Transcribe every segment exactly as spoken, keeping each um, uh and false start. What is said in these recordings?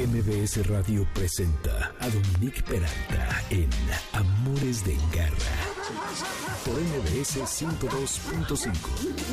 M B S Radio presenta a Dominique Peralta en Amores de Garra por M B S ciento dos punto cinco.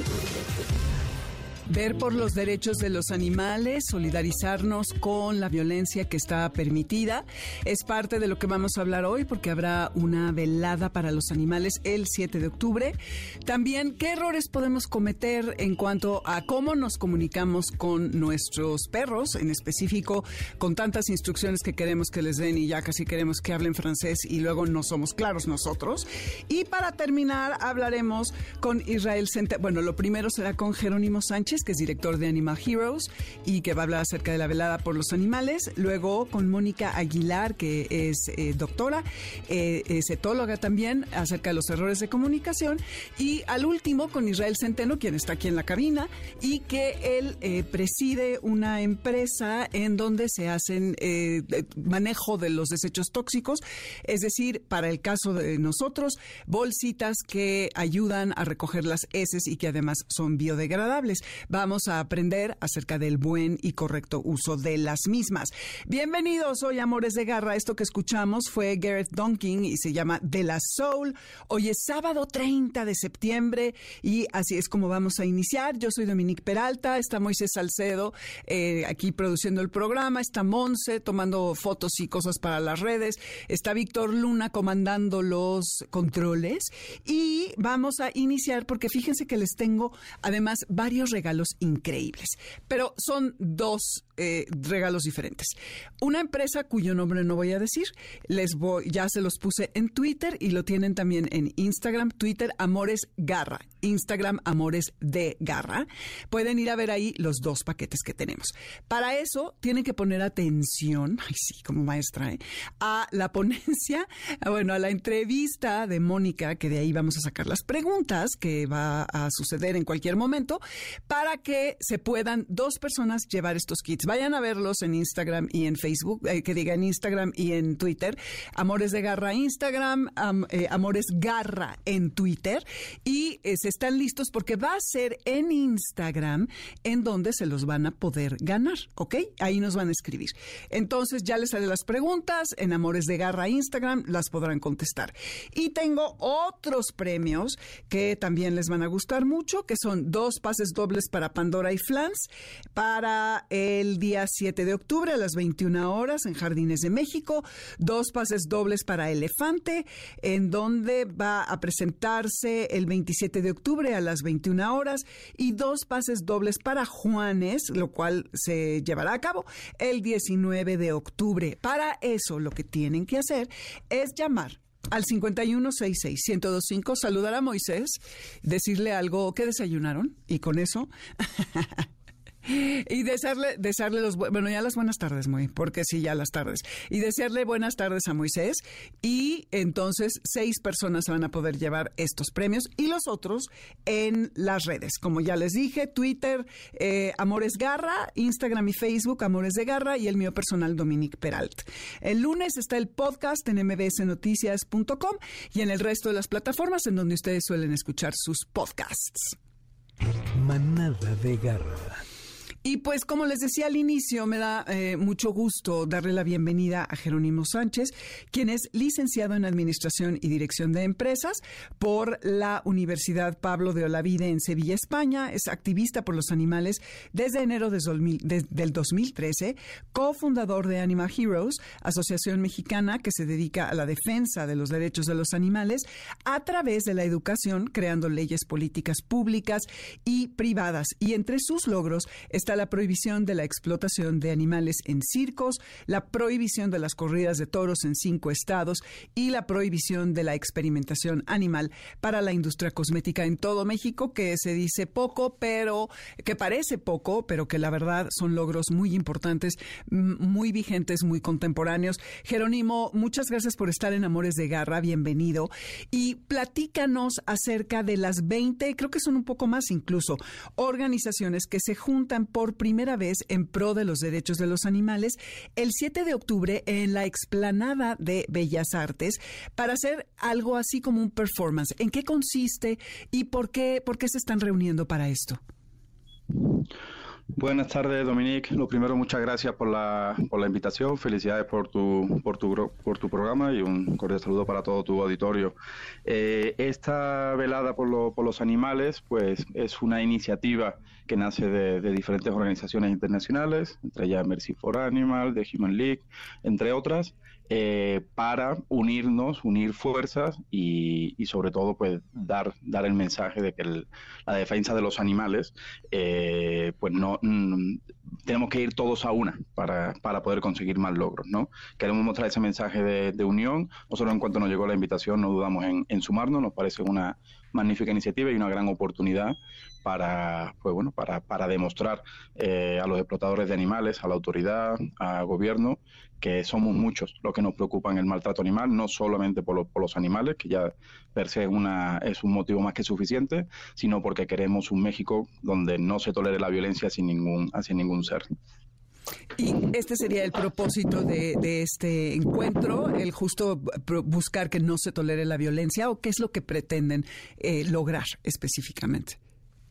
Ver por los derechos de los animales, solidarizarnos con la violencia que está permitida, es parte de lo que vamos a hablar hoy, porque habrá una velada para los animales el siete de octubre. También, ¿qué errores podemos cometer en cuanto a cómo nos comunicamos con nuestros perros, en específico, con tantas instrucciones que queremos que les den y ya casi queremos que hablen francés y luego no somos claros nosotros? Y para terminar, hablaremos con Israel Centeno. Bueno, lo primero será con Jerónimo Sánchez, que es director de Animal Heroes y que va a hablar acerca de la velada por los animales. Luego con Mónica Aguilar, que es eh, doctora, eh, es etóloga también, acerca de los errores de comunicación. Y al último con Israel Centeno, quien está aquí en la cabina y que él eh, preside una empresa en donde se hacen eh, manejo de los desechos tóxicos, es decir, para el caso de nosotros, bolsitas que ayudan a recoger las heces y que además son biodegradables. Vamos a aprender acerca del buen y correcto uso de las mismas. Bienvenidos hoy, Amores de Garra. Esto que escuchamos fue Gareth Duncan y se llama De La Soul. Hoy es sábado treinta de septiembre y así es como vamos a iniciar. Yo soy Dominique Peralta, está Moisés Salcedo eh, aquí produciendo el programa, está Monse tomando fotos y cosas para las redes, está Víctor Luna comandando los controles y vamos a iniciar porque fíjense que les tengo además varios regalos increíbles, pero son dos eh, regalos diferentes. Una empresa cuyo nombre no voy a decir, les voy, ya se los puse en Twitter y lo tienen también en Instagram, Twitter, Amores Garra, Instagram, Amores de Garra. Pueden ir a ver ahí los dos paquetes que tenemos. Para eso tienen que poner atención, ay sí, como maestra, ¿eh? a la ponencia, bueno, a la entrevista de Mónica, que de ahí vamos a sacar las preguntas que va a suceder en cualquier momento, para que se puedan dos personas llevar estos kits. Vayan a verlos en Instagram y en Facebook, eh, que diga en Instagram y en Twitter. Amores de Garra Instagram, am, eh, Amores Garra en Twitter. Y eh, se están listos porque va a ser en Instagram en donde se los van a poder ganar, ¿ok? Ahí nos van a escribir. Entonces ya les haré las preguntas en Amores de Garra Instagram, las podrán contestar. Y tengo otros premios que también les van a gustar mucho, que son dos pases dobles para Pandora y Flans para el día siete de octubre a las veintiuna horas en Jardines de México, dos pases dobles para Elefante, en donde va a presentarse el veintisiete de octubre a las veintiuna horas, y dos pases dobles para Juanes, lo cual se llevará a cabo el diecinueve de octubre. Para eso lo que tienen que hacer es llamar al cincuenta y uno sesenta y seis, ciento veinticinco, saludar a Moisés, decirle algo que desayunaron y con eso y desearle, desearle los, bueno, ya las buenas tardes, muy, porque sí, ya las tardes, y desearle buenas tardes a Moisés, y entonces seis personas van a poder llevar estos premios y los otros en las redes, como ya les dije, Twitter, eh, Amores Garra, Instagram y Facebook, Amores de Garra, y el mío personal, Dominique Peralta. El lunes está el podcast en m b s noticias punto com y en el resto de las plataformas en donde ustedes suelen escuchar sus podcasts. Manada de Garra. Y pues, como les decía al inicio, me da eh, mucho gusto darle la bienvenida a Jerónimo Sánchez, quien es licenciado en Administración y Dirección de Empresas por la Universidad Pablo de Olavide en Sevilla, España. Es activista por los animales desde enero de, de, del dos mil trece, cofundador de Animal Heroes, asociación mexicana que se dedica a la defensa de los derechos de los animales a través de la educación, creando leyes políticas públicas y privadas. Y entre sus logros está la prohibición de la explotación de animales en circos, la prohibición de las corridas de toros en cinco estados y la prohibición de la experimentación animal para la industria cosmética en todo México, que se dice poco, pero que parece poco, pero que la verdad son logros muy importantes, muy vigentes, muy contemporáneos. Jerónimo, muchas gracias por estar en Amores de Garra, bienvenido. Y platícanos acerca de las veinte, creo que son un poco más incluso, organizaciones que se juntan por primera vez en pro de los derechos de los animales el siete de octubre en la explanada de Bellas Artes para hacer algo así como un performance. ¿En qué consiste y por qué, por qué se están reuniendo para esto? Buenas tardes, Dominique. Lo primero, muchas gracias por la, por la invitación. Felicidades por tu, por tu, por tu programa y un cordial saludo para todo tu auditorio. Eh, esta velada por, lo, por los animales, pues, es una iniciativa que nace de, de diferentes organizaciones internacionales, entre ellas Mercy for Animals, The Human League, entre otras, eh, para unirnos, unir fuerzas y, y sobre todo, pues, dar, dar el mensaje de que el, la defensa de los animales, eh, pues, no mm, tenemos que ir todos a una para, para poder conseguir más logros, ¿no? Queremos mostrar ese mensaje de, de unión. Nosotros, en cuanto nos llegó la invitación, no dudamos en, en sumarnos. Nos parece una magnífica iniciativa y una gran oportunidad para, pues bueno, para, para demostrar eh, a los explotadores de animales, a la autoridad, al gobierno, que somos muchos los que nos preocupan el maltrato animal, no solamente por, lo, por los animales, que ya per se una, es un motivo más que suficiente, sino porque queremos un México donde no se tolere la violencia hacia ningún, hacia ningún ser. Y este sería el propósito de, de este encuentro, el justo buscar que no se tolere la violencia, ¿o qué es lo que pretenden eh, lograr específicamente?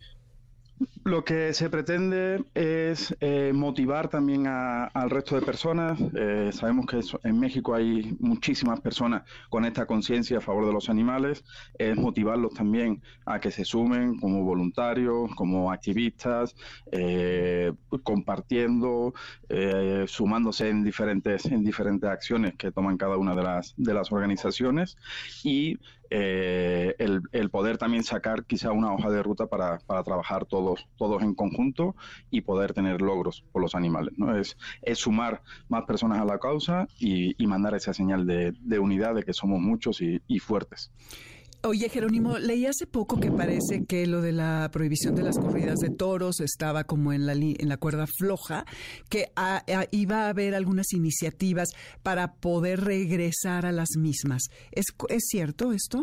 Lo que se pretende es eh, motivar también a, al resto de personas. Eh, sabemos que eso, en México hay muchísimas personas con esta conciencia a favor de los animales. Es motivarlos también a que se sumen como voluntarios, como activistas, eh, compartiendo, eh, sumándose en diferentes, en diferentes acciones que toman cada una de las, de las organizaciones y Eh, el, el poder también sacar quizá una hoja de ruta para, para trabajar todos todos en conjunto y poder tener logros por los animales, ¿no? Es, es sumar más personas a la causa y, y mandar esa señal de, de unidad, de que somos muchos y, y fuertes. Oye, Jerónimo, leí hace poco que parece que lo de la prohibición de las corridas de toros estaba como en la, en la cuerda floja, que a, a, iba a haber algunas iniciativas para poder regresar a las mismas. ¿Es, es cierto esto?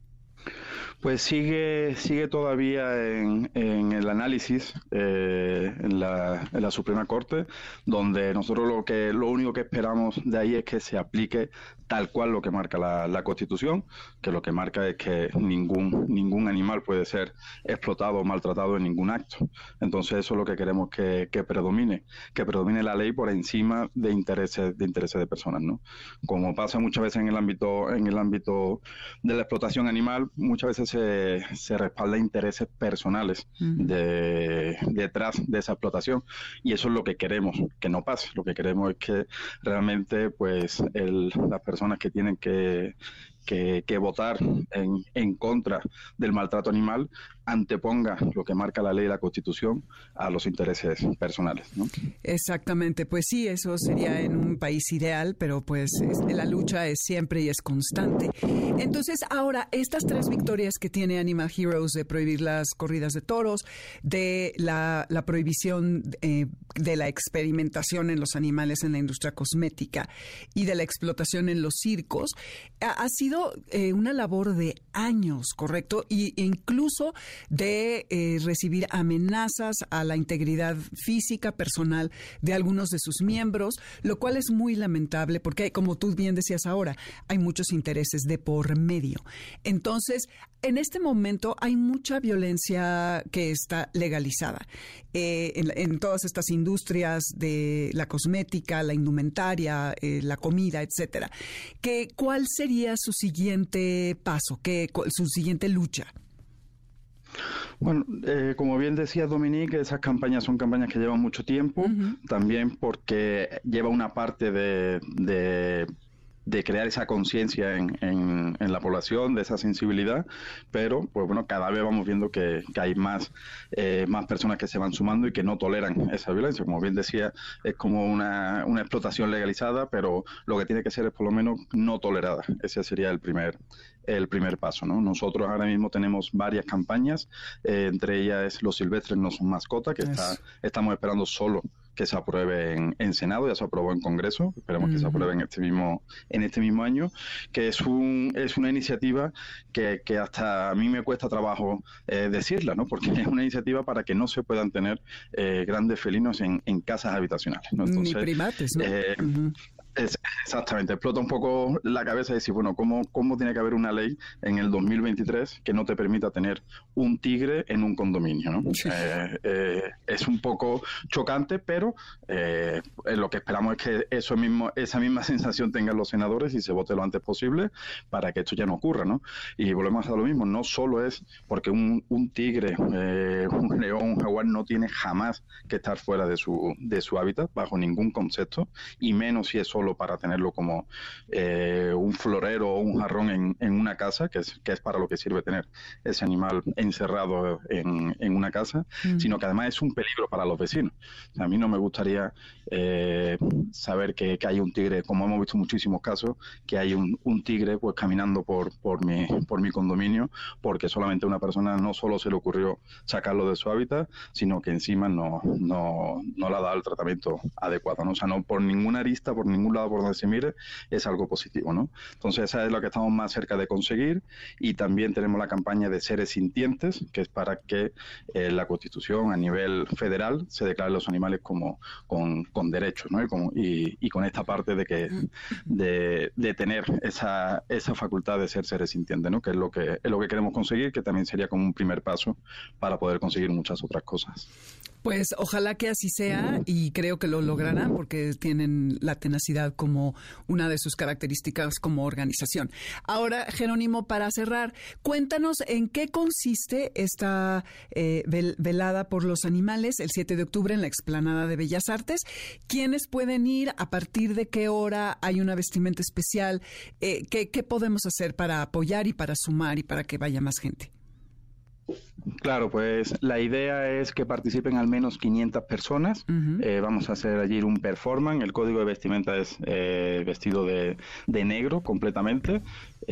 Pues sigue sigue todavía en, en el análisis eh, en, la, en la Suprema Corte, donde nosotros lo que lo único que esperamos de ahí es que se aplique tal cual lo que marca la, la Constitución, que lo que marca es que ningún ningún animal puede ser explotado o maltratado en ningún acto. Entonces eso es lo que queremos que, que predomine, que predomine la ley por encima de intereses de intereses de personas, ¿no? Como pasa muchas veces en el ámbito en el ámbito de la explotación animal, muchas veces se, se respalda intereses personales de, detrás de esa explotación, y eso es lo que queremos que no pase. Lo que queremos es que realmente pues el, las personas que tienen que Que, que votar en, en contra del maltrato animal anteponga lo que marca la ley y la Constitución a los intereses personales, ¿no? Exactamente, pues sí, eso sería en un país ideal, pero pues es, la lucha es siempre y es constante. Entonces, ahora, estas tres victorias que tiene Animal Heroes de prohibir las corridas de toros, de la, la prohibición eh, de la experimentación en los animales en la industria cosmética y de la explotación en los circos, ha, ha sido eh, una labor de años, ¿correcto? Y, e incluso de eh, recibir amenazas a la integridad física personal de algunos de sus miembros, lo cual es muy lamentable porque, como tú bien decías ahora, hay muchos intereses de por medio. Entonces, en este momento hay mucha violencia que está legalizada eh, en, en todas estas industrias de la cosmética, la indumentaria, eh, la comida, etcétera. ¿Qué, ¿Cuál sería su siguiente paso? ¿Qué, cuál, su siguiente lucha? Bueno, eh, como bien decía Dominique, esas campañas son campañas que llevan mucho tiempo, uh-huh. También porque lleva una parte de, de, de crear esa conciencia en, en, en la población, de esa sensibilidad, pero pues bueno, cada vez vamos viendo que, que hay más, eh, más personas que se van sumando y que no toleran esa violencia. Como bien decía, es como una, una explotación legalizada, pero lo que tiene que ser es por lo menos no tolerada. Ese sería el primer el primer paso, ¿no? Nosotros ahora mismo tenemos varias campañas, eh, entre ellas es Los Silvestres no son mascota, que está, estamos esperando solo que se apruebe en, en Senado, ya se aprobó en Congreso, esperemos uh-huh. que se apruebe en este mismo en este mismo año, que es un es una iniciativa que, que hasta a mí me cuesta trabajo eh, decirla, ¿no? Porque es una iniciativa para que no se puedan tener eh, grandes felinos en, en casas habitacionales, ¿no? Entonces, ni primates, ¿no? Eh, uh-huh. Es, exactamente, explota un poco la cabeza y decir, bueno, ¿cómo, ¿cómo tiene que haber una ley en el dos mil veintitrés que no te permita tener un tigre en un condominio, ¿no? Sí. Eh, eh, es un poco chocante, pero eh, lo que esperamos es que eso mismo, esa misma sensación tengan los senadores y se vote lo antes posible para que esto ya no ocurra, ¿no? Y volvemos a lo mismo, no solo es porque un, un tigre, eh, un león, un jaguar no tiene jamás que estar fuera de su, de su hábitat, bajo ningún concepto, y menos si es solo para tenerlo como eh, un florero o un jarrón en, en una casa, que es, que es para lo que sirve tener ese animal encerrado en, en una casa, mm. sino que además es un peligro para los vecinos. O sea, a mí no me gustaría eh, saber que, que hay un tigre, como hemos visto en muchísimos casos, que hay un, un tigre pues caminando por, por, mi, por mi condominio, porque solamente a una persona no solo se le ocurrió sacarlo de su hábitat, sino que encima no, no, no le ha dado el tratamiento adecuado, ¿no? O sea, no por ninguna arista, por ningún lado por donde se mire, es algo positivo, ¿no? Entonces, esa es lo que estamos más cerca de conseguir, y también tenemos la campaña de seres sintientes, que es para que eh, la Constitución a nivel federal se declare los animales como con, con derechos, ¿no? Y, como, y, y con esta parte de que de, de tener esa, esa facultad de ser seres sintientes, ¿no? Que es lo que es lo que queremos conseguir, que también sería como un primer paso para poder conseguir muchas otras cosas. Pues ojalá que así sea, y creo que lo lograrán porque tienen la tenacidad como una de sus características como organización. Ahora, Jerónimo, para cerrar, cuéntanos en qué consiste esta eh, vel- velada por los animales el siete de octubre en la explanada de Bellas Artes. ¿Quiénes pueden ir? ¿A partir de qué hora? ¿Hay una vestimenta especial? Eh, ¿qué, qué podemos hacer para apoyar y para sumar y para que vaya más gente? Claro, pues la idea es que participen al menos quinientas personas. Uh-huh. Eh, vamos a hacer allí un performance. El código de vestimenta es eh, vestido de, de negro completamente,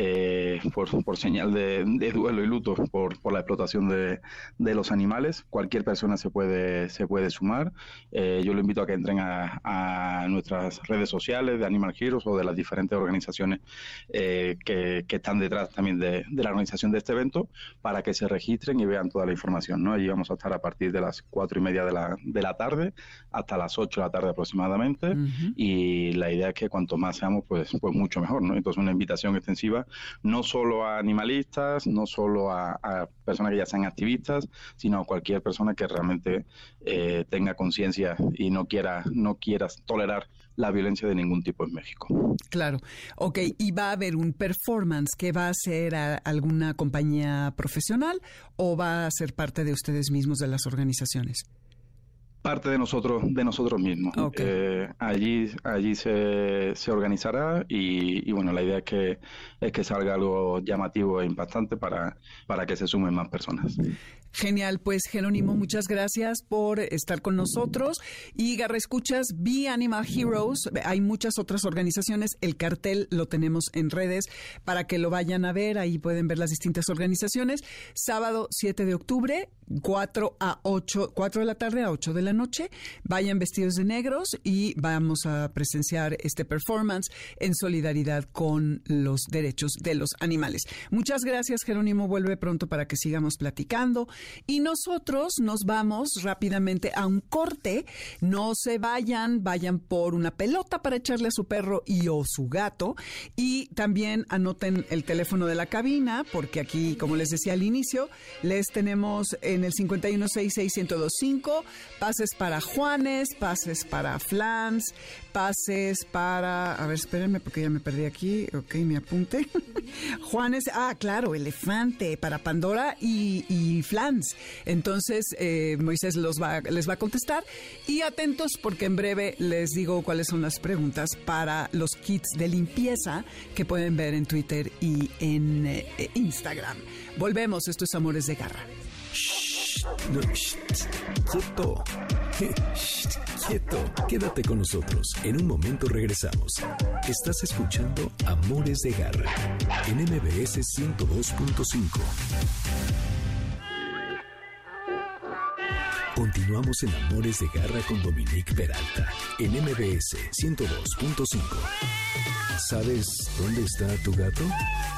eh, por, por señal de, de duelo y luto por, por la explotación de, de los animales. Cualquier persona se puede, se puede sumar. Eh, yo lo invito a que entren a, a nuestras redes sociales de Animal Heroes o de las diferentes organizaciones eh, que, que están detrás también de, de la organización de este evento, para que se registren y vean toda la información, ¿no? Allí vamos a estar a partir de las cuatro y media de la, de la tarde hasta las ocho de la tarde aproximadamente, uh-huh. y la idea es que cuanto más seamos, pues, pues mucho mejor, ¿no? Entonces una invitación extensiva, no solo a animalistas, no solo a, a personas que ya sean activistas, sino a cualquier persona que realmente eh, tenga conciencia y no quiera, no quiera tolerar la violencia de ningún tipo en México. Claro. Ok, ¿y va a haber un performance que va a ser a alguna compañía profesional o va a ser parte de ustedes mismos, de las organizaciones? Parte de nosotros, de nosotros mismos. Okay. Eh, allí, allí se, se organizará y, y bueno, la idea es que es que salga algo llamativo e impactante para, para que se sumen más personas. Genial, pues Jerónimo, muchas gracias por estar con nosotros. Y Garra Escuchas, Be Animal Heroes, hay muchas otras organizaciones, el cartel lo tenemos en redes para que lo vayan a ver, ahí pueden ver las distintas organizaciones. Sábado siete de octubre, cuatro a ocho, cuatro de la tarde a ocho de la noche, vayan vestidos de negros y vamos a presenciar este performance en solidaridad con los derechos de los animales. Muchas gracias, Jerónimo, vuelve pronto para que sigamos platicando. Y nosotros nos vamos rápidamente a un corte. No se vayan, vayan por una pelota para echarle a su perro y o su gato. Y también anoten el teléfono de la cabina, porque aquí, como les decía al inicio, les tenemos en el cinco uno seis seis uno dos cinco pases para Juanes, pases para Flans, pases para... A ver, espérenme porque ya me perdí aquí. Ok, me apunte. Juanes, ah, claro, elefante, para Pandora y, y Flans. Entonces, eh, Moisés los va, les va a contestar. Y atentos porque en breve les digo cuáles son las preguntas para los kits de limpieza que pueden ver en Twitter y en eh, Instagram. Volvemos, esto es Amores de Garra. Shh, no, shh, quieto. Shh, quieto. Quédate con nosotros. En un momento regresamos. Estás escuchando Amores de Garra en M B S ciento dos punto cinco. Continuamos en Amores de Garra con Dominique Peralta en M B S ciento dos punto cinco. ¿Sabes dónde está tu gato?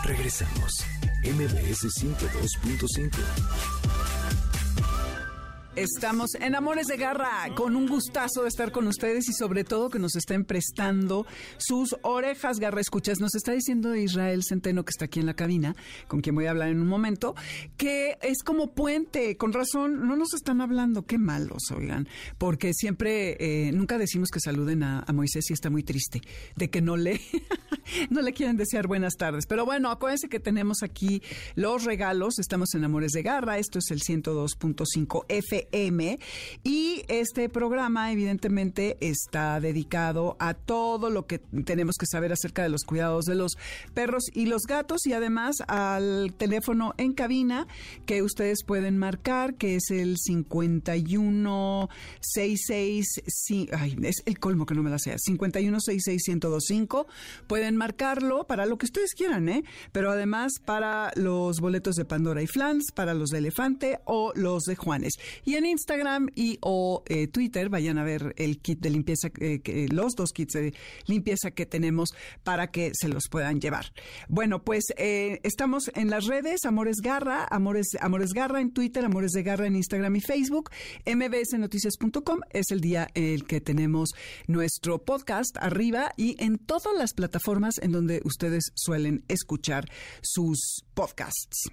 Regresamos. M B S ciento dos punto cinco. Estamos en Amores de Garra, con un gustazo de estar con ustedes y sobre todo que nos estén prestando sus orejas, Garra Escuchas. Nos está diciendo Israel Centeno, que está aquí en la cabina, con quien voy a hablar en un momento, que es como puente. Con razón, no nos están hablando. Qué malos, oigan, porque siempre, eh, nunca decimos que saluden a, a Moisés y está muy triste de que no le, no le quieren desear buenas tardes. Pero bueno, acuérdense que tenemos aquí los regalos. Estamos en Amores de Garra. Esto es el ciento dos punto cinco F M y este programa evidentemente está dedicado a todo lo que tenemos que saber acerca de los cuidados de los perros y los gatos y además al teléfono en cabina que ustedes pueden marcar, que es el cincuenta y uno sesenta y seis, sí, ay, es el colmo que no me la sea, cincuenta y uno sesenta y seis, ciento veinticinco. Pueden marcarlo para lo que ustedes quieran, ¿eh? Pero además para los boletos de Pandora y Flans, para los de Elefante o los de Juanes. Y en Instagram y o eh, Twitter vayan a ver el kit de limpieza, eh, que, los dos kits de limpieza que tenemos para que se los puedan llevar. Bueno, pues eh, estamos en las redes, Amores Garra, Amores, Amores Garra en Twitter, Amores de Garra en Instagram y Facebook, m b s noticias punto com es el día en el que tenemos nuestro podcast arriba y en todas las plataformas en donde ustedes suelen escuchar sus podcasts.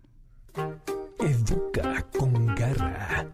Educa con Garra.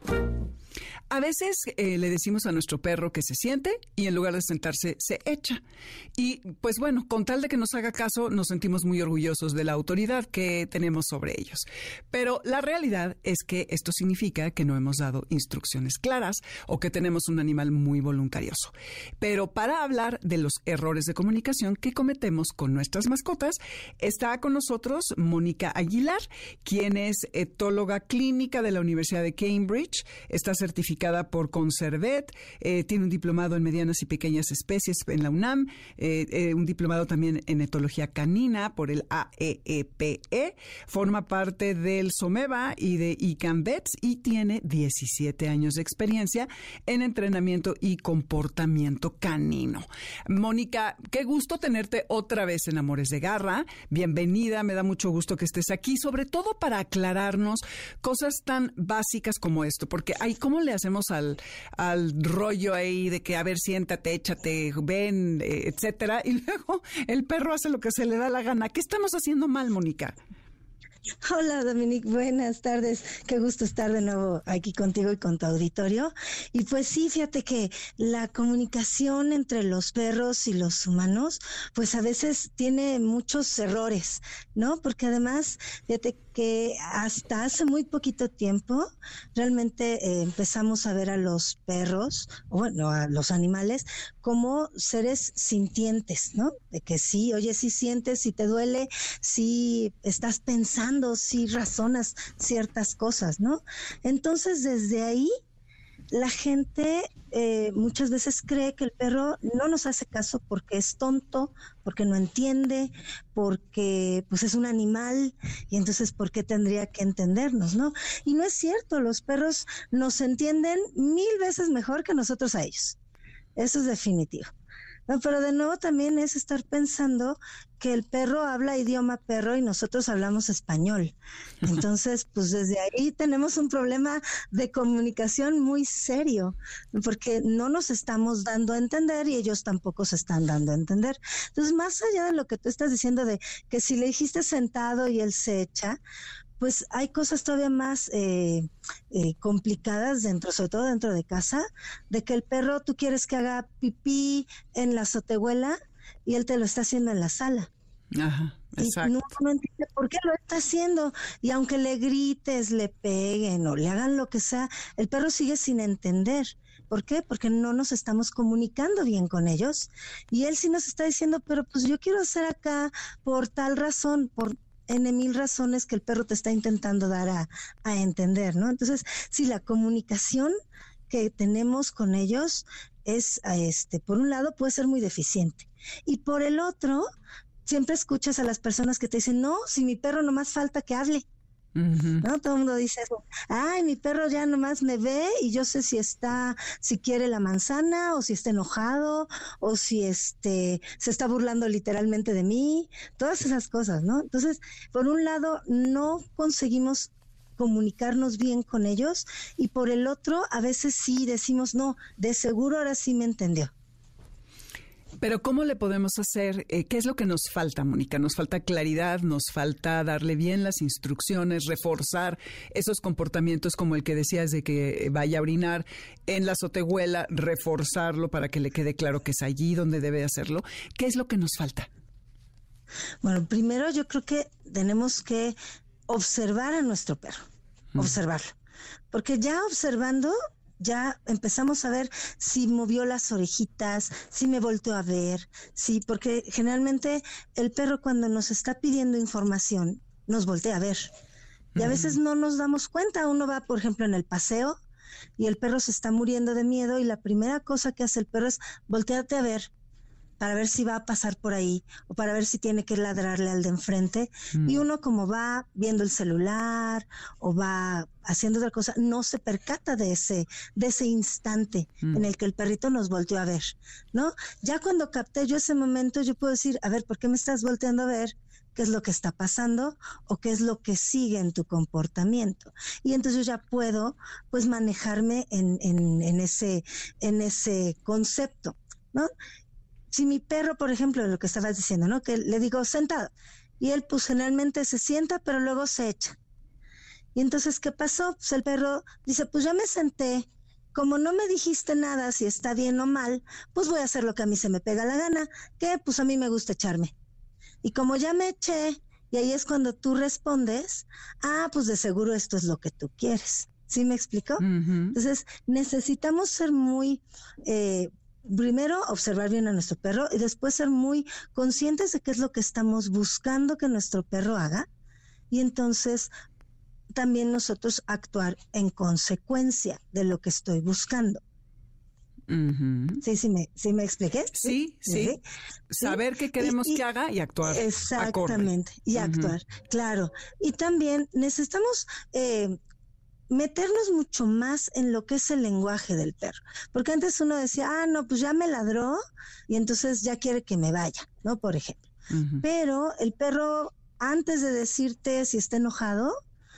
A veces eh, le decimos a nuestro perro que se siente y en lugar de sentarse se echa. Y pues bueno, con tal de que nos haga caso, nos sentimos muy orgullosos de la autoridad que tenemos sobre ellos. Pero la realidad es que esto significa que no hemos dado instrucciones claras o que tenemos un animal muy voluntarioso. Pero para hablar de los errores de comunicación que cometemos con nuestras mascotas, está con nosotros Mónica Aguilar, quien es etóloga clínica de la Universidad de Cambridge, está certificada por Conservet, eh, tiene un diplomado en medianas y pequeñas especies en la UNAM, eh, eh, un diplomado también en etología canina por el A E E P E, forma parte del SOMEVA y de ICANVETS y tiene diecisiete años de experiencia en entrenamiento y comportamiento canino. Mónica, qué gusto tenerte otra vez en Amores de Garra. Bienvenida, me da mucho gusto que estés aquí, sobre todo para aclararnos cosas tan básicas como esto, porque hay ¿cómo le hacemos al, al rollo ahí de que, a ver, siéntate, échate, ven, eh, etcétera? Y luego el perro hace lo que se le da la gana. ¿Qué estamos haciendo mal, Mónica? Hola, Dominique, buenas tardes. Qué gusto estar de nuevo aquí contigo y con tu auditorio. Y pues sí, fíjate que la comunicación entre los perros y los humanos, pues a veces tiene muchos errores, ¿no? Porque además, fíjate que hasta hace muy poquito tiempo realmente eh, empezamos a ver a los perros, o bueno, a los animales, como seres sintientes, ¿no? De que sí, oye, sí sientes, sí te duele, sí estás pensando, sí razonas ciertas cosas, ¿no? Entonces, desde ahí, la gente eh, muchas veces cree que el perro no nos hace caso porque es tonto, porque no entiende, porque pues es un animal y entonces ¿por qué tendría que entendernos, no? Y no es cierto, los perros nos entienden mil veces mejor que nosotros a ellos. Eso es definitivo. No, pero de nuevo también es estar pensando que el perro habla idioma perro y nosotros hablamos español. Entonces, pues desde ahí tenemos un problema de comunicación muy serio, porque no nos estamos dando a entender y ellos tampoco se están dando a entender. Entonces, más allá de lo que tú estás diciendo de que si le dijiste sentado y él se echa, pues hay cosas todavía más eh, eh, complicadas dentro, sobre todo dentro de casa, de que el perro tú quieres que haga pipí en la azotehuela y él te lo está haciendo en la sala. Ajá, exacto. Y no, no entiende por qué lo está haciendo. Y aunque le grites, le peguen o le hagan lo que sea, el perro sigue sin entender. ¿Por qué? Porque no nos estamos comunicando bien con ellos. Y él sí nos está diciendo, pero pues yo quiero hacer acá por tal razón, por en mil razones que el perro te está intentando dar a, a entender, ¿no? Entonces, sí, la comunicación que tenemos con ellos es, este, por un lado, puede ser muy deficiente. Y por el otro, siempre escuchas a las personas que te dicen, no, si mi perro nomás falta que hable. Uh-huh. ¿No? Todo el mundo dice eso. Ay, mi perro ya nomás me ve y yo sé si está, si quiere la manzana o si está enojado o si este se está burlando literalmente de mí, todas esas cosas, ¿no? Entonces, por un lado, no conseguimos comunicarnos bien con ellos, y por el otro, a veces sí decimos, no, de seguro ahora sí me entendió. Pero ¿cómo le podemos hacer? Eh, ¿Qué es lo que nos falta, Mónica? Nos falta claridad, nos falta darle bien las instrucciones, reforzar esos comportamientos como el que decías de que vaya a orinar en la azotehuela, reforzarlo para que le quede claro que es allí donde debe hacerlo. ¿Qué es lo que nos falta? Bueno, primero yo creo que tenemos que observar a nuestro perro, mm. observarlo, porque ya observando ya empezamos a ver si movió las orejitas, si me volteó a ver, sí, porque generalmente el perro cuando nos está pidiendo información nos voltea a ver y a veces no nos damos cuenta. Uno va, por ejemplo, en el paseo y el perro se está muriendo de miedo y la primera cosa que hace el perro es voltearte a ver para ver si va a pasar por ahí o para ver si tiene que ladrarle al de enfrente. Mm. Y uno, como va viendo el celular o va haciendo otra cosa, no se percata de ese, de ese instante mm. en el que el perrito nos volteó a ver, ¿no? Ya cuando capté yo ese momento, yo puedo decir, a ver, ¿por qué me estás volteando a ver? ¿Qué es lo que está pasando? ¿O qué es lo que sigue en tu comportamiento? Y entonces yo ya puedo, pues, manejarme en, en, en ese, en ese concepto, ¿no? Si mi perro, por ejemplo, lo que estabas diciendo, ¿no? Que le digo sentado y él pues generalmente se sienta, pero luego se echa. Y entonces, ¿qué pasó? Pues el perro dice, pues ya me senté, como no me dijiste nada si está bien o mal, pues voy a hacer lo que a mí se me pega la gana, que pues a mí me gusta echarme. Y como ya me eché, y ahí es cuando tú respondes, ah, pues de seguro esto es lo que tú quieres. ¿Sí me explico? Uh-huh. Entonces, necesitamos ser muy... Eh, Primero, observar bien a nuestro perro y después ser muy conscientes de qué es lo que estamos buscando que nuestro perro haga y entonces también nosotros actuar en consecuencia de lo que estoy buscando. Uh-huh. ¿Sí, sí me, sí me expliqué? Sí, sí. ¿Sí? Saber qué queremos y, y, que haga y actuar. Exactamente, acorde. Y uh-huh. actuar, claro. Y también necesitamos... Eh, meternos mucho más en lo que es el lenguaje del perro, porque antes uno decía, ah, no, pues ya me ladró y entonces ya quiere que me vaya, ¿no? Por ejemplo. Uh-huh. Pero el perro, antes de decirte si está enojado,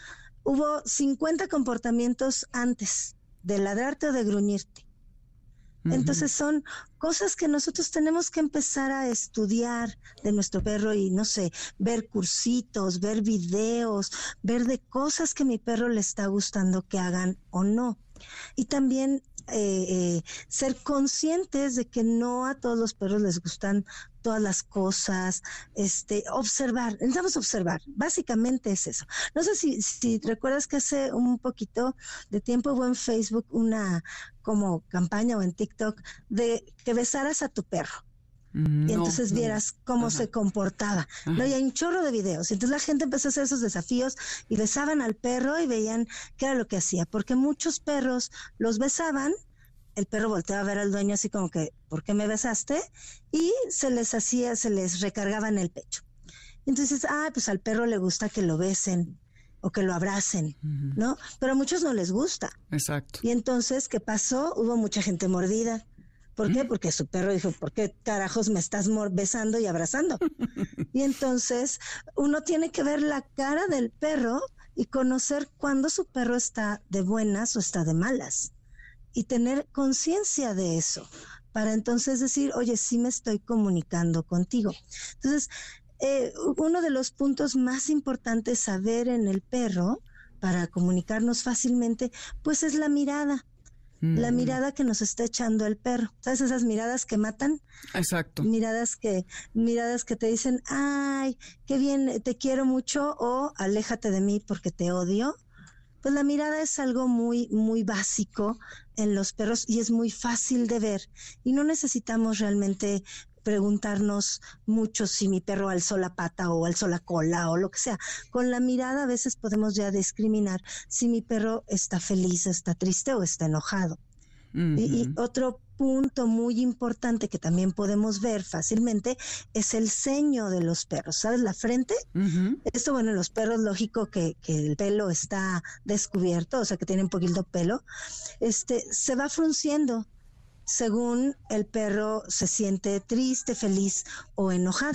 hubo cincuenta comportamientos antes de ladrarte o de gruñirte. Uh-huh. Entonces son cosas que nosotros tenemos que empezar a estudiar de nuestro perro y, no sé, ver cursitos, ver videos, ver de cosas que mi perro le está gustando que hagan o no. Y también eh, eh, ser conscientes de que no a todos los perros les gustan todas las cosas, este, observar, necesitamos observar, básicamente es eso. No sé si, si recuerdas que hace un poquito de tiempo hubo en Facebook una como campaña o en TikTok de que besaras a tu perro. No, y entonces vieras cómo ajá. se comportaba. No, y hay un chorro de videos. Entonces la gente empezó a hacer esos desafíos y besaban al perro y veían qué era lo que hacía. Porque muchos perros los besaban, el perro volteaba a ver al dueño así como que, ¿por qué me besaste? Y se les hacía, se les recargaba en el pecho. Entonces, ah, pues al perro le gusta que lo besen o que lo abracen, uh-huh. ¿no? Pero a muchos no les gusta. Exacto. Y entonces, ¿qué pasó? Hubo mucha gente mordida. ¿Por qué? Porque su perro dijo, ¿por qué carajos me estás besando y abrazando? Y entonces uno tiene que ver la cara del perro y conocer cuándo su perro está de buenas o está de malas. Y tener conciencia de eso, para entonces decir, oye, sí me estoy comunicando contigo. Entonces, eh, uno de los puntos más importantes a ver en el perro, para comunicarnos fácilmente, pues es la mirada. La mirada que nos está echando el perro. ¿Sabes? Esas miradas que matan. Exacto. Miradas que, miradas que te dicen, ay, qué bien, te quiero mucho, o aléjate de mí porque te odio. Pues la mirada es algo muy, muy básico en los perros y es muy fácil de ver. Y no necesitamos realmente preguntarnos mucho si mi perro alzó la pata o alzó la cola o lo que sea. Con la mirada a veces podemos ya discriminar si mi perro está feliz, está triste o está enojado. Uh-huh. Y, y otro punto muy importante que también podemos ver fácilmente es el ceño de los perros. ¿Sabes? La frente. Uh-huh. Esto, bueno, en los perros, lógico que, que el pelo está descubierto, o sea que tienen poquito pelo. Este, se va frunciendo según el perro se siente triste, feliz o enojado.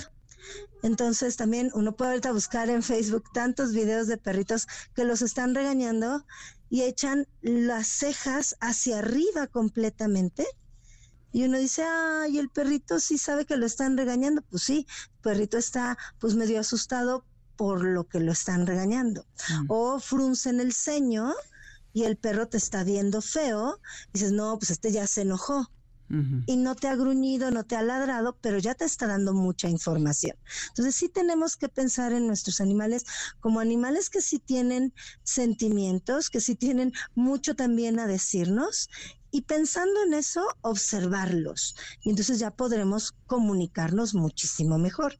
Entonces también uno puede ahorita buscar en Facebook tantos videos de perritos que los están regañando y echan las cejas hacia arriba completamente. Y uno dice, ay, el perrito sí sabe que lo están regañando. Pues sí, el perrito está pues medio asustado por lo que lo están regañando. Mm. O fruncen el ceño y el perro te está viendo feo. Y dices, no, pues este ya se enojó. Uh-huh. Y no te ha gruñido, no te ha ladrado, pero ya te está dando mucha información. Entonces sí tenemos que pensar en nuestros animales como animales que sí tienen sentimientos, que sí tienen mucho también a decirnos, y pensando en eso, observarlos. Y entonces ya podremos comunicarnos muchísimo mejor.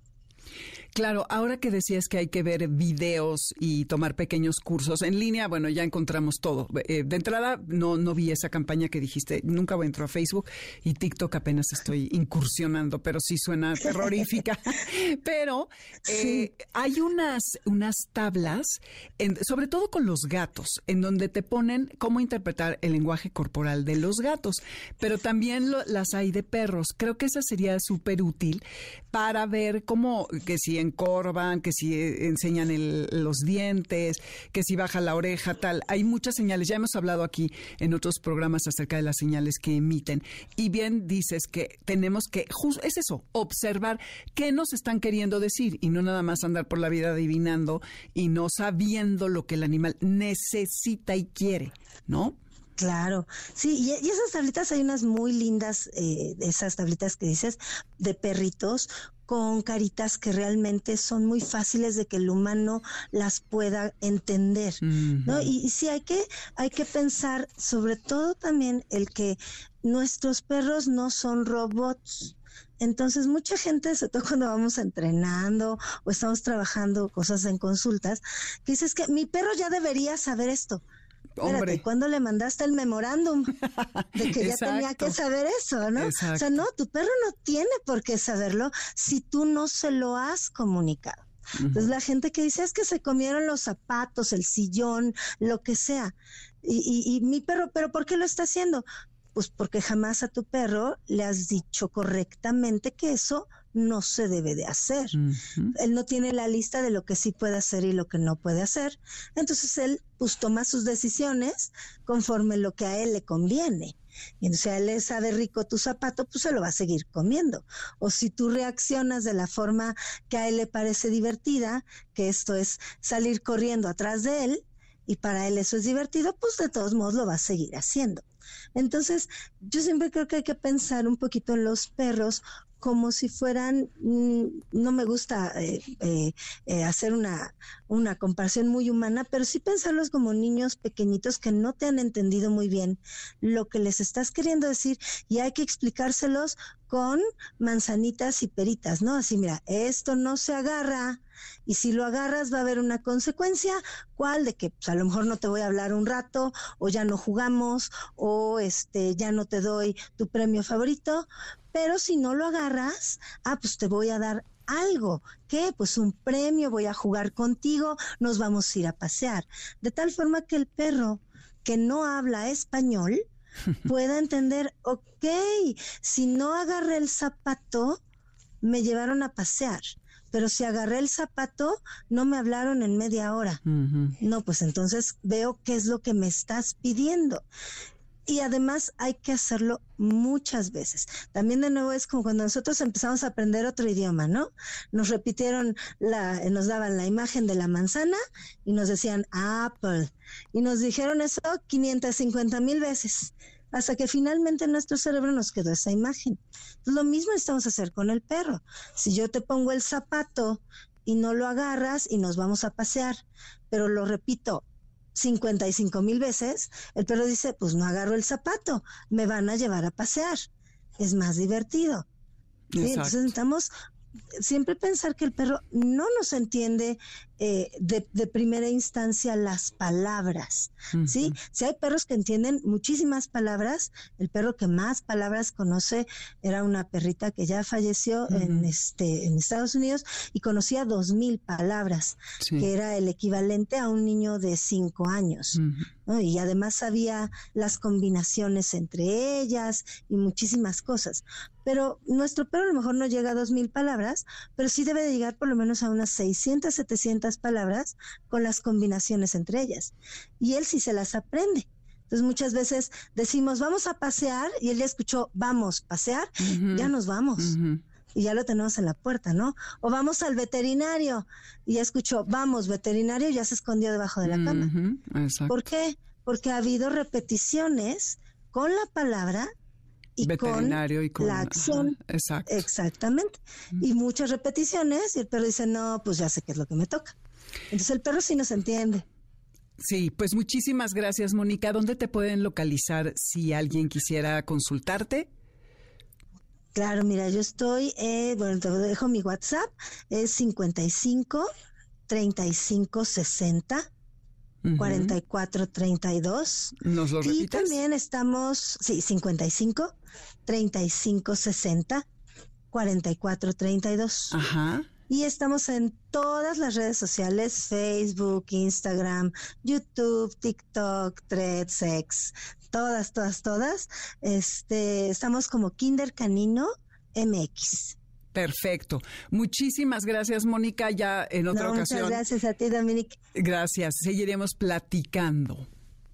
Claro, ahora que decías que hay que ver videos y tomar pequeños cursos en línea, bueno, ya encontramos todo. Eh, de entrada, no, no vi esa campaña que dijiste, nunca voy a entrar a Facebook, y TikTok apenas estoy incursionando, pero sí suena terrorífica. Pero eh, sí. hay unas, unas tablas, en, sobre todo con los gatos, en donde te ponen cómo interpretar el lenguaje corporal de los gatos, pero también lo, las hay de perros. Creo que esa sería súper útil para ver cómo, que si encorvan, que si enseñan el, los dientes, que si baja la oreja, tal. Hay muchas señales. Ya hemos hablado aquí en otros programas acerca de las señales que emiten. Y bien dices que tenemos que, just, es eso, observar qué nos están queriendo decir y no nada más andar por la vida adivinando y no sabiendo lo que el animal necesita y quiere, ¿no? Claro, sí, y, y esas tablitas hay unas muy lindas, eh, esas tablitas que dices, de perritos, con caritas que realmente son muy fáciles de que el humano las pueda entender, uh-huh. ¿no? Y, y sí hay que, hay que pensar sobre todo también el que nuestros perros no son robots. Entonces mucha gente, sobre todo cuando vamos entrenando o estamos trabajando cosas en consultas, que dices que mi perro ya debería saber esto. Espérate, ¿cuándo le mandaste el memorándum de que ya tenía que saber eso, no? Exacto. O sea, no, tu perro no tiene por qué saberlo si tú no se lo has comunicado. Uh-huh. Entonces la gente que dice es que se comieron los zapatos, el sillón, lo que sea. Y, y, y mi perro, ¿pero por qué lo está haciendo? Pues porque jamás a tu perro le has dicho correctamente que eso no se debe de hacer. Uh-huh. Él no tiene la lista de lo que sí puede hacer y lo que no puede hacer. Entonces él pues toma sus decisiones conforme lo que a él le conviene. Y entonces si a él le sabe rico tu zapato, pues se lo va a seguir comiendo. O si tú reaccionas de la forma que a él le parece divertida, que esto es salir corriendo atrás de él, y para él eso es divertido, pues de todos modos lo va a seguir haciendo. Entonces, yo siempre creo que hay que pensar un poquito en los perros como si fueran, mmm, no me gusta eh, eh, eh, hacer una, una comparación muy humana, pero sí pensarlos como niños pequeñitos que no te han entendido muy bien lo que les estás queriendo decir, y hay que explicárselos con manzanitas y peritas, ¿no? Así, mira, esto no se agarra, y si lo agarras va a haber una consecuencia. ¿Cuál? De que pues, a lo mejor no te voy a hablar un rato, o ya no jugamos, o este ya no te doy tu premio favorito. Pero si no lo agarras, ah, pues te voy a dar algo. ¿Qué? Pues un premio, voy a jugar contigo, nos vamos a ir a pasear. De tal forma que el perro que no habla español pueda entender, ok, si no agarré el zapato, me llevaron a pasear. Pero si agarré el zapato, no me hablaron en media hora. Uh-huh. No, pues entonces veo qué es lo que me estás pidiendo. Y además hay que hacerlo muchas veces. También de nuevo es como cuando nosotros empezamos a aprender otro idioma, ¿no? Nos repitieron, la, nos daban la imagen de la manzana y nos decían Apple. Y nos dijeron eso quinientas cincuenta mil veces, hasta que finalmente en nuestro cerebro nos quedó esa imagen. Entonces, lo mismo estamos a hacer con el perro. Si yo te pongo el zapato y no lo agarras y nos vamos a pasear, pero lo repito cincuenta y cinco mil veces, el perro dice, pues no agarro el zapato, me van a llevar a pasear, es más divertido. ¿Sí? Entonces necesitamos siempre pensar que el perro no nos entiende eh, de, de primera instancia las palabras, uh-huh. ¿sí? Si hay perros que entienden muchísimas palabras, el perro que más palabras conoce era una perrita que ya falleció uh-huh. en este en Estados Unidos y conocía dos mil palabras, sí. que era el equivalente a un niño de cinco años, uh-huh. ¿no? Y además sabía las combinaciones entre ellas y muchísimas cosas. Pero nuestro perro a lo mejor no llega a dos mil palabras, pero sí debe de llegar por lo menos a unas seiscientas, setecientas palabras con las combinaciones entre ellas. Y él sí se las aprende. Entonces muchas veces decimos, vamos a pasear, y él ya escuchó, vamos, pasear, uh-huh. ya nos vamos. Uh-huh. Y ya lo tenemos en la puerta, ¿no? O vamos al veterinario, y ya escuchó, vamos, veterinario, y ya se escondió debajo de la uh-huh. cama. Exacto. ¿Por qué? Porque ha habido repeticiones con la palabra y veterinario con, y con la acción. Ajá, exacto. Exactamente. Uh-huh. Y muchas repeticiones, y el perro dice, no, pues ya sé qué es lo que me toca. Entonces el perro sí nos entiende. Sí, pues muchísimas gracias, Mónica. ¿Dónde te pueden localizar si alguien quisiera consultarte? Claro, mira, yo estoy, eh, bueno, te dejo mi WhatsApp, es cincuenta y cinco, treinta y cinco, sesenta, uh-huh. cuarenta y cuatro, treinta y dos. ¿Nos lo repites? Y también estamos, sí, cincuenta y cinco, treinta y cinco, sesenta, cuarenta y cuatro, treinta y dos. Ajá. Y estamos en todas las redes sociales, Facebook, Instagram, YouTube, TikTok, Threads, X, todas, todas, todas. Este, estamos como Kinder Canino M X. Perfecto. Muchísimas gracias, Mónica. Ya en otra no, ocasión. Muchas gracias a ti, Dominique. Gracias. Seguiremos platicando.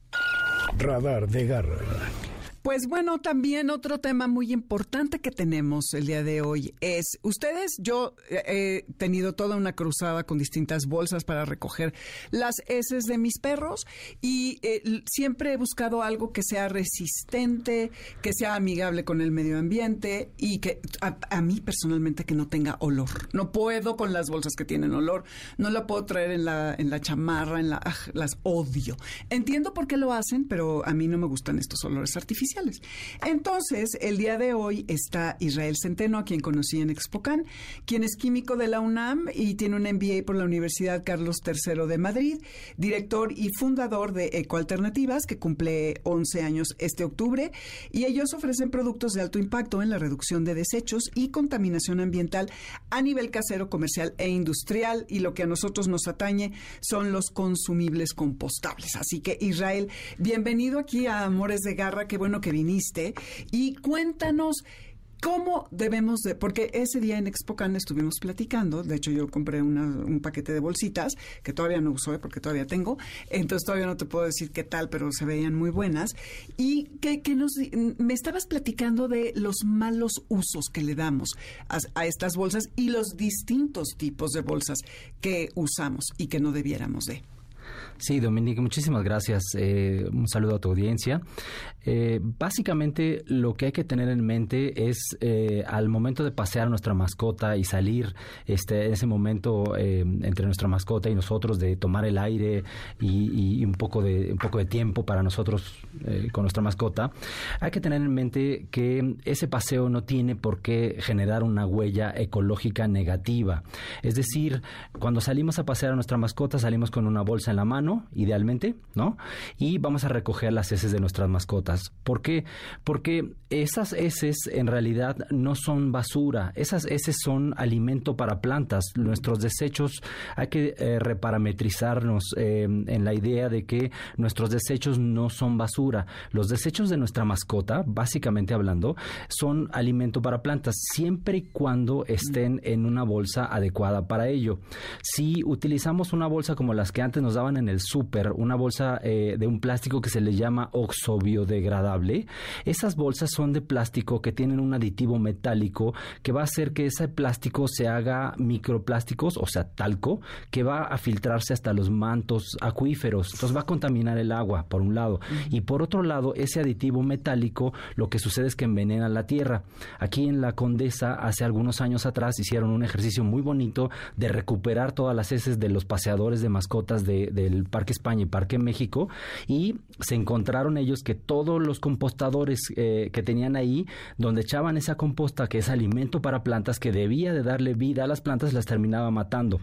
Radar de Garra. Pues bueno, también otro tema muy importante que tenemos el día de hoy es, ustedes, yo he tenido toda una cruzada con distintas bolsas para recoger las heces de mis perros y eh, siempre he buscado algo que sea resistente, que sea amigable con el medio ambiente y que a, a mí personalmente que no tenga olor. No puedo con las bolsas que tienen olor, no la puedo traer en la, en la chamarra, en la, ah, las odio. Entiendo por qué lo hacen, pero a mí no me gustan estos olores artificiales. Entonces, el día de hoy está Israel Centeno, a quien conocí en Expocan, quien es químico de la UNAM y tiene un M B A por la Universidad Carlos tercero de Madrid, director y fundador de Ecoalternativas, que cumple once años este octubre, y ellos ofrecen productos de alto impacto en la reducción de desechos y contaminación ambiental a nivel casero, comercial e industrial, y lo que a nosotros nos atañe son los consumibles compostables. Así que, Israel, bienvenido aquí a Amores de Garra, qué bueno que viniste, y cuéntanos cómo debemos de, porque ese día en Expocan estuvimos platicando, de hecho yo compré una, un paquete de bolsitas que todavía no uso, ¿eh? Porque todavía tengo, entonces todavía no te puedo decir qué tal, pero se veían muy buenas, y que, que nos, me estabas platicando de los malos usos que le damos a, a estas bolsas y los distintos tipos de bolsas que usamos y que no debiéramos de. Sí, Dominique, muchísimas gracias. Eh, un saludo a tu audiencia. Eh, básicamente, lo que hay que tener en mente es eh, al momento de pasear a nuestra mascota y salir, este, en ese momento eh, entre nuestra mascota y nosotros, de tomar el aire y, y un poco de un poco de tiempo para nosotros eh, con nuestra mascota, hay que tener en mente que ese paseo no tiene por qué generar una huella ecológica negativa. Es decir, cuando salimos a pasear a nuestra mascota, salimos con una bolsa en la mano, idealmente, ¿no? Y vamos a recoger las heces de nuestras mascotas. ¿Por qué? Porque esas heces en realidad no son basura. Esas heces son alimento para plantas. Nuestros desechos, hay que eh, reparametrizarnos eh, en la idea de que nuestros desechos no son basura. Los desechos de nuestra mascota, básicamente hablando, son alimento para plantas, siempre y cuando estén en una bolsa adecuada para ello. Si utilizamos una bolsa como las que antes nos daban en el súper, una bolsa eh, de un plástico que se le llama oxobiodegradable, esas bolsas son de plástico que tienen un aditivo metálico que va a hacer que ese plástico se haga microplásticos, o sea, talco, que va a filtrarse hasta los mantos acuíferos. Entonces va a contaminar el agua, por un lado. Uh-huh. Y por otro lado, ese aditivo metálico, lo que sucede es que envenena la tierra. Aquí en la Condesa, hace algunos años atrás, hicieron un ejercicio muy bonito de recuperar todas las heces de los paseadores de mascotas de, del Parque España y Parque México, y se encontraron ellos que todos los compostadores eh, que tenían ahí, donde echaban esa composta, que es alimento para plantas, que debía de darle vida a las plantas, las terminaba matando.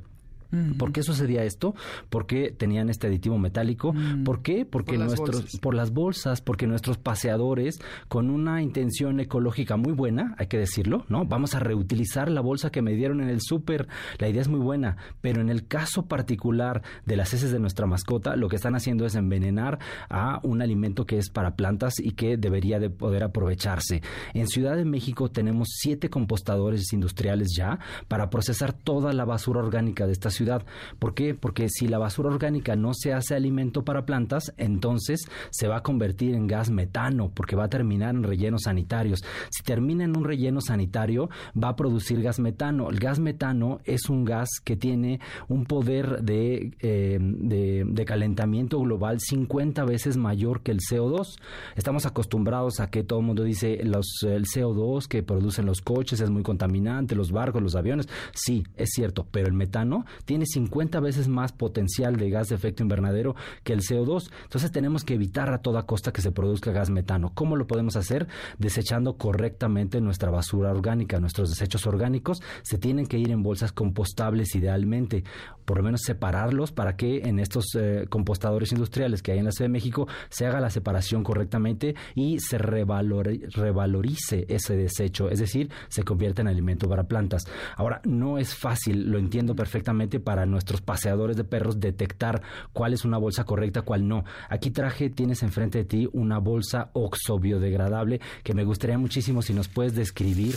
Uh-huh. ¿Por qué sucedía esto? ¿Por qué tenían este aditivo metálico? Uh-huh. ¿Por qué? Porque por nuestros, bolsas. por las bolsas, porque nuestros paseadores, con una intención ecológica muy buena, hay que decirlo, ¿no? Vamos a reutilizar la bolsa que me dieron en el súper. La idea es muy buena, pero en el caso particular de las heces de nuestra mascota, lo que están haciendo es envenenar a un alimento que es para plantas y que debería de poder aprovecharse. En Ciudad de México tenemos siete compostadores industriales ya para procesar toda la basura orgánica de esta ciudad. ¿Por qué? Porque si la basura orgánica no se hace alimento para plantas, entonces se va a convertir en gas metano, porque va a terminar en rellenos sanitarios. Si termina en un relleno sanitario, va a producir gas metano. El gas metano es un gas que tiene un poder de, eh, de, de calentamiento global cincuenta veces mayor que el C O dos. Estamos acostumbrados a que todo el mundo dice los, el C O dos que producen los coches es muy contaminante, los barcos, los aviones. Sí, es cierto, pero el metano tiene cincuenta veces más potencial de gas de efecto invernadero que el C O dos. Entonces tenemos que evitar a toda costa que se produzca gas metano. ¿Cómo lo podemos hacer? Desechando correctamente nuestra basura orgánica. Nuestros desechos orgánicos se tienen que ir en bolsas compostables idealmente, por lo menos separarlos para que en estos eh, compostadores industriales que hay en la Ciudad de México se haga la separación correctamente y se revalori- revalorice ese desecho, es decir, se convierte en alimento para plantas. Ahora, no es fácil, lo entiendo perfectamente, para nuestros paseadores de perros detectar cuál es una bolsa correcta, cuál no. Aquí traje, tienes enfrente de ti una bolsa oxobiodegradable que me gustaría muchísimo si nos puedes describir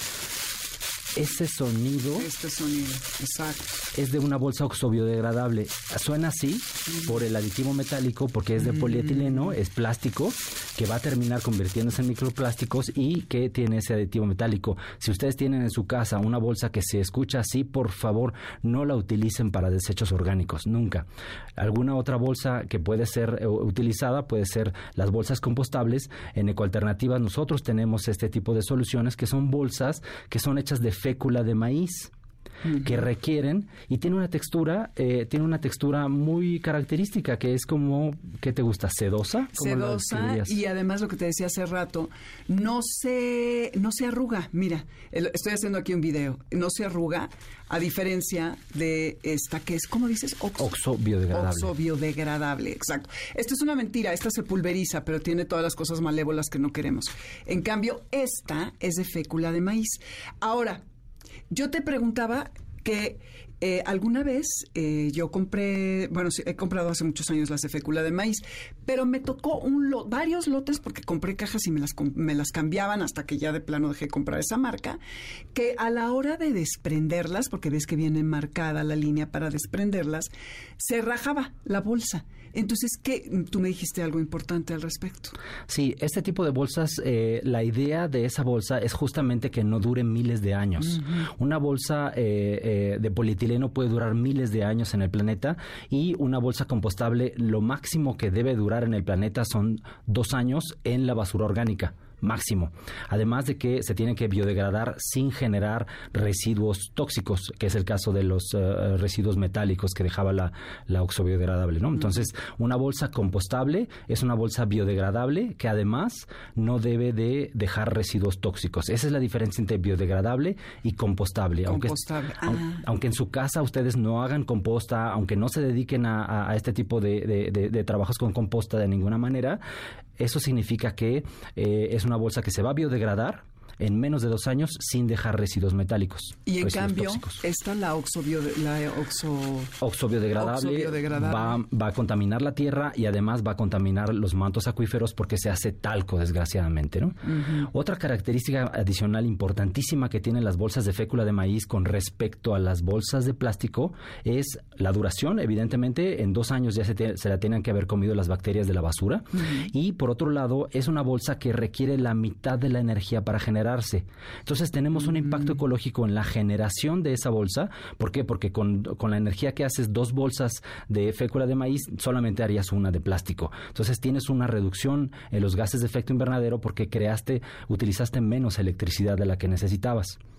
ese sonido. Este sonido, exacto. Es de una bolsa oxobiodegradable. Suena así mm. por el aditivo metálico, porque es de mm. polietileno, es plástico, que va a terminar convirtiéndose en microplásticos y que tiene ese aditivo metálico. Si ustedes tienen en su casa una bolsa que se escucha así, por favor, no la utilicen para desechos orgánicos, nunca. Alguna otra bolsa que puede ser utilizada puede ser las bolsas compostables. En Ecoalternativas nosotros tenemos este tipo de soluciones que son bolsas que son hechas de fécula de maíz, uh-huh. que requieren y tiene una textura eh, tiene una textura muy característica, que es como, ¿qué te gusta? ¿Sedosa? Sedosa, y además lo que te decía hace rato, no se no se arruga. Mira, estoy haciendo aquí un video, no se arruga, a diferencia de esta que es, ¿cómo dices? Oxo, Oxobiodegradable. Oxobiodegradable, exacto. Esto es una mentira, esta se pulveriza, pero tiene todas las cosas malévolas que no queremos. En cambio, esta es de fécula de maíz. Ahora, yo te preguntaba que eh, alguna vez eh, yo compré, bueno, sí, he comprado hace muchos años las de fécula de maíz, pero me tocó un lo, varios lotes porque compré cajas y me las, me las cambiaban hasta que ya de plano dejé de comprar esa marca, que a la hora de desprenderlas, porque ves que viene marcada la línea para desprenderlas, se rajaba la bolsa. Entonces, ¿qué? Tú me dijiste algo importante al respecto. Sí, este tipo de bolsas, eh, la idea de esa bolsa es justamente que no dure miles de años. Uh-huh. Una bolsa eh, eh, de polietileno puede durar miles de años en el planeta, y una bolsa compostable, lo máximo que debe durar en el planeta son dos años en la basura orgánica. Máximo. Además de que se tiene que biodegradar sin generar residuos tóxicos, que es el caso de los uh, residuos metálicos que dejaba la, la oxobiodegradable, ¿no? Entonces, una bolsa compostable es una bolsa biodegradable que además no debe de dejar residuos tóxicos. Esa es la diferencia entre biodegradable y compostable. Compostable. Aunque, ah. aunque en su casa ustedes no hagan composta, aunque no se dediquen a, a, a este tipo de, de, de, de trabajos con composta de ninguna manera, eso significa que eh, es una bolsa que se va a biodegradar en menos de dos años sin dejar residuos metálicos. Y en cambio, tóxicos. esta, la, oxobio, la oxo... oxobiodegradable, oxobiodegradable. Va, va a contaminar la tierra y además va a contaminar los mantos acuíferos porque se hace talco, desgraciadamente, ¿no? Uh-huh. Otra característica adicional importantísima que tienen las bolsas de fécula de maíz con respecto a las bolsas de plástico es la duración. Evidentemente, en dos años ya se, te, se la tienen que haber comido las bacterias de la basura. Uh-huh. Y por otro lado, es una bolsa que requiere la mitad de la energía para generar. Entonces tenemos un impacto ecológico en la generación de esa bolsa. ¿Por qué? Porque con, con la energía que haces dos bolsas de fécula de maíz, solamente harías una de plástico. Entonces tienes una reducción en los gases de efecto invernadero porque creaste, utilizaste menos electricidad de la que necesitabas.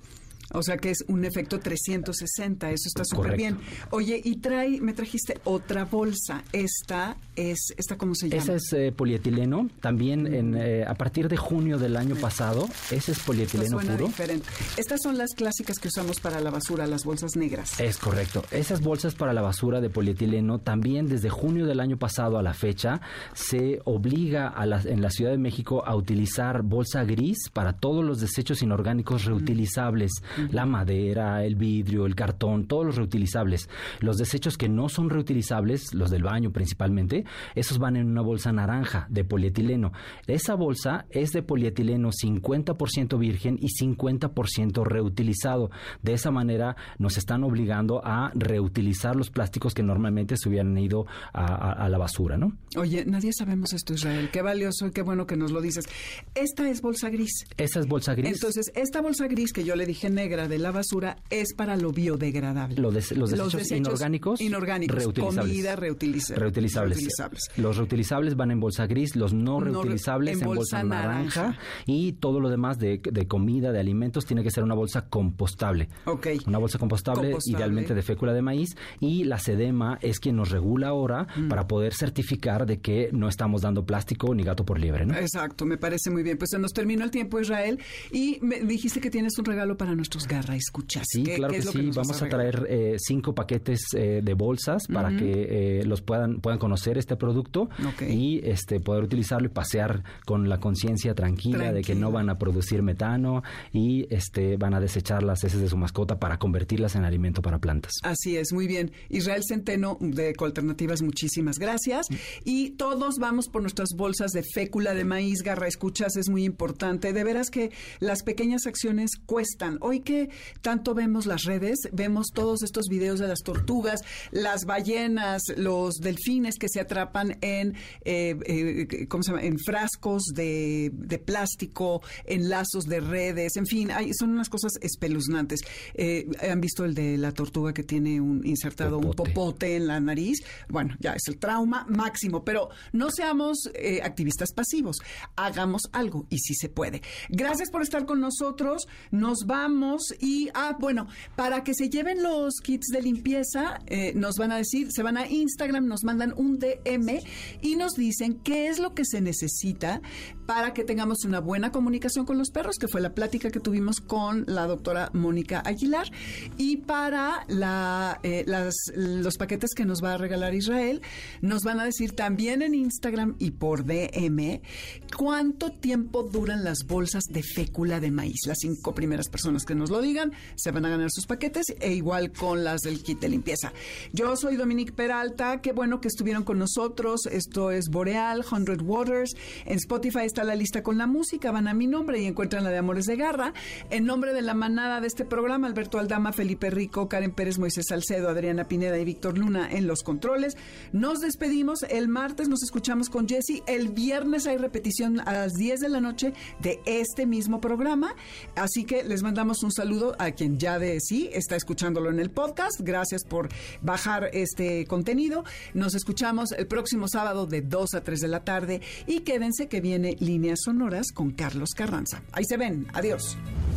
O sea que es un efecto trescientos sesenta, eso está súper bien. Oye, y trae, me trajiste otra bolsa. Esta es, esta ¿cómo se llama? Esa es eh, polietileno. También en, eh, a partir de junio del año pasado, ese es polietileno suena puro. Diferente. Estas son las clásicas que usamos para la basura, las bolsas negras. Es correcto. Esas bolsas para la basura de polietileno, también desde junio del año pasado a la fecha, se obliga a la, en la Ciudad de México a utilizar bolsa gris para todos los desechos inorgánicos reutilizables. Mm. La madera, el vidrio, el cartón, todos los reutilizables. Los desechos que no son reutilizables, los del baño principalmente, esos van en una bolsa naranja de polietileno. Esa bolsa es de polietileno cincuenta por ciento virgen y cincuenta por ciento reutilizado. De esa manera nos están obligando a reutilizar los plásticos que normalmente se hubieran ido a, a, a la basura, ¿no? Oye, nadie sabemos esto, Israel. Qué valioso y qué bueno que nos lo dices. Esta es bolsa gris. Esa es bolsa gris. Entonces, esta bolsa gris que yo le dije negra de la basura es para lo biodegradable. Lo de, los, desechos los desechos inorgánicos, inorgánicos, reutilizables. Comida reutiliza, reutilizables. reutilizables. Los reutilizables van en bolsa gris, los no reutilizables no, en, en bolsa, bolsa naranja, naranja y todo lo demás de, de comida, de alimentos tiene que ser una bolsa compostable. Ok. Una bolsa compostable, compostable. Idealmente de fécula de maíz, y la SEDEMA es quien nos regula ahora mm. para poder certificar de que no estamos dando plástico ni gato por liebre, ¿no? Exacto, me parece muy bien. Pues se nos terminó el tiempo, Israel, y me dijiste que tienes un regalo para nuestros garra escuchas. Sí, ¿Qué, claro qué que es sí. Lo que Vamos a, a traer eh, cinco paquetes eh, de bolsas uh-huh. para que eh, los puedan puedan conocer este producto okay. y este poder utilizarlo y pasear con la conciencia tranquila, tranquila de que no van a producir metano y este van a desechar las heces de su mascota para convertirlas en alimento para plantas. Así es, muy bien. Israel Centeno de Ecoalternativas, muchísimas gracias. Y todos vamos por nuestras bolsas de fécula de maíz, garra escuchas, es muy importante. De veras que las pequeñas acciones cuestan. Hoy que tanto vemos las redes, vemos todos estos videos de las tortugas, las ballenas, los delfines que se atrapan en, eh, eh, ¿cómo se llama? En frascos de, de plástico, en lazos de redes, en fin, hay, son unas cosas espeluznantes. Eh, ¿Han visto el de la tortuga que tiene un insertado popote. un popote en la nariz? Bueno, ya es el trauma máximo, pero no seamos eh, activistas pasivos, hagamos algo y sí se puede. Gracias por estar con nosotros, nos vamos y, ah, bueno, para que se lleven los kits de limpieza, eh, nos van a decir, se van a Instagram, nos mandan un D M y nos dicen qué es lo que se necesita para que tengamos una buena comunicación con los perros, que fue la plática que tuvimos con la doctora Mónica Aguilar, y para la, eh, las, los paquetes que nos va a regalar Israel, nos van a decir también en Instagram y por D M cuánto tiempo duran las bolsas de fécula de maíz. Las cinco primeras personas que nos lo digan se van a ganar sus paquetes, e igual con las del kit de limpieza. Yo soy Dominique Peralta, qué bueno que estuvieron con nosotros. Esto es Boreal, Hundred Waters. En Spotify está la lista con la música, van a mi nombre y encuentran la de Amores de Garra. En nombre de la manada de este programa, Alberto Aldama, Felipe Rico, Karen Pérez, Moisés Salcedo, Adriana Pineda y Víctor Luna en los controles. Nos despedimos. El martes nos escuchamos con Jessy. El viernes hay repetición a las diez de la noche de este mismo programa. Así que les mandamos un saludo a quien ya de sí está escuchándolo en el podcast. Gracias por bajar este contenido. Nos escuchamos el próximo sábado de dos a tres de la tarde y quédense que viene Líneas Sonoras con Carlos Carranza. Ahí se ven. Adiós.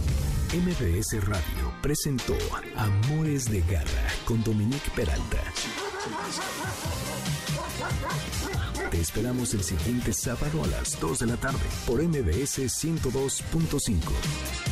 M B S Radio presentó Amores de Garra con Dominique Peralta. Te esperamos el siguiente sábado a las dos de la tarde por M B S ciento dos punto cinco.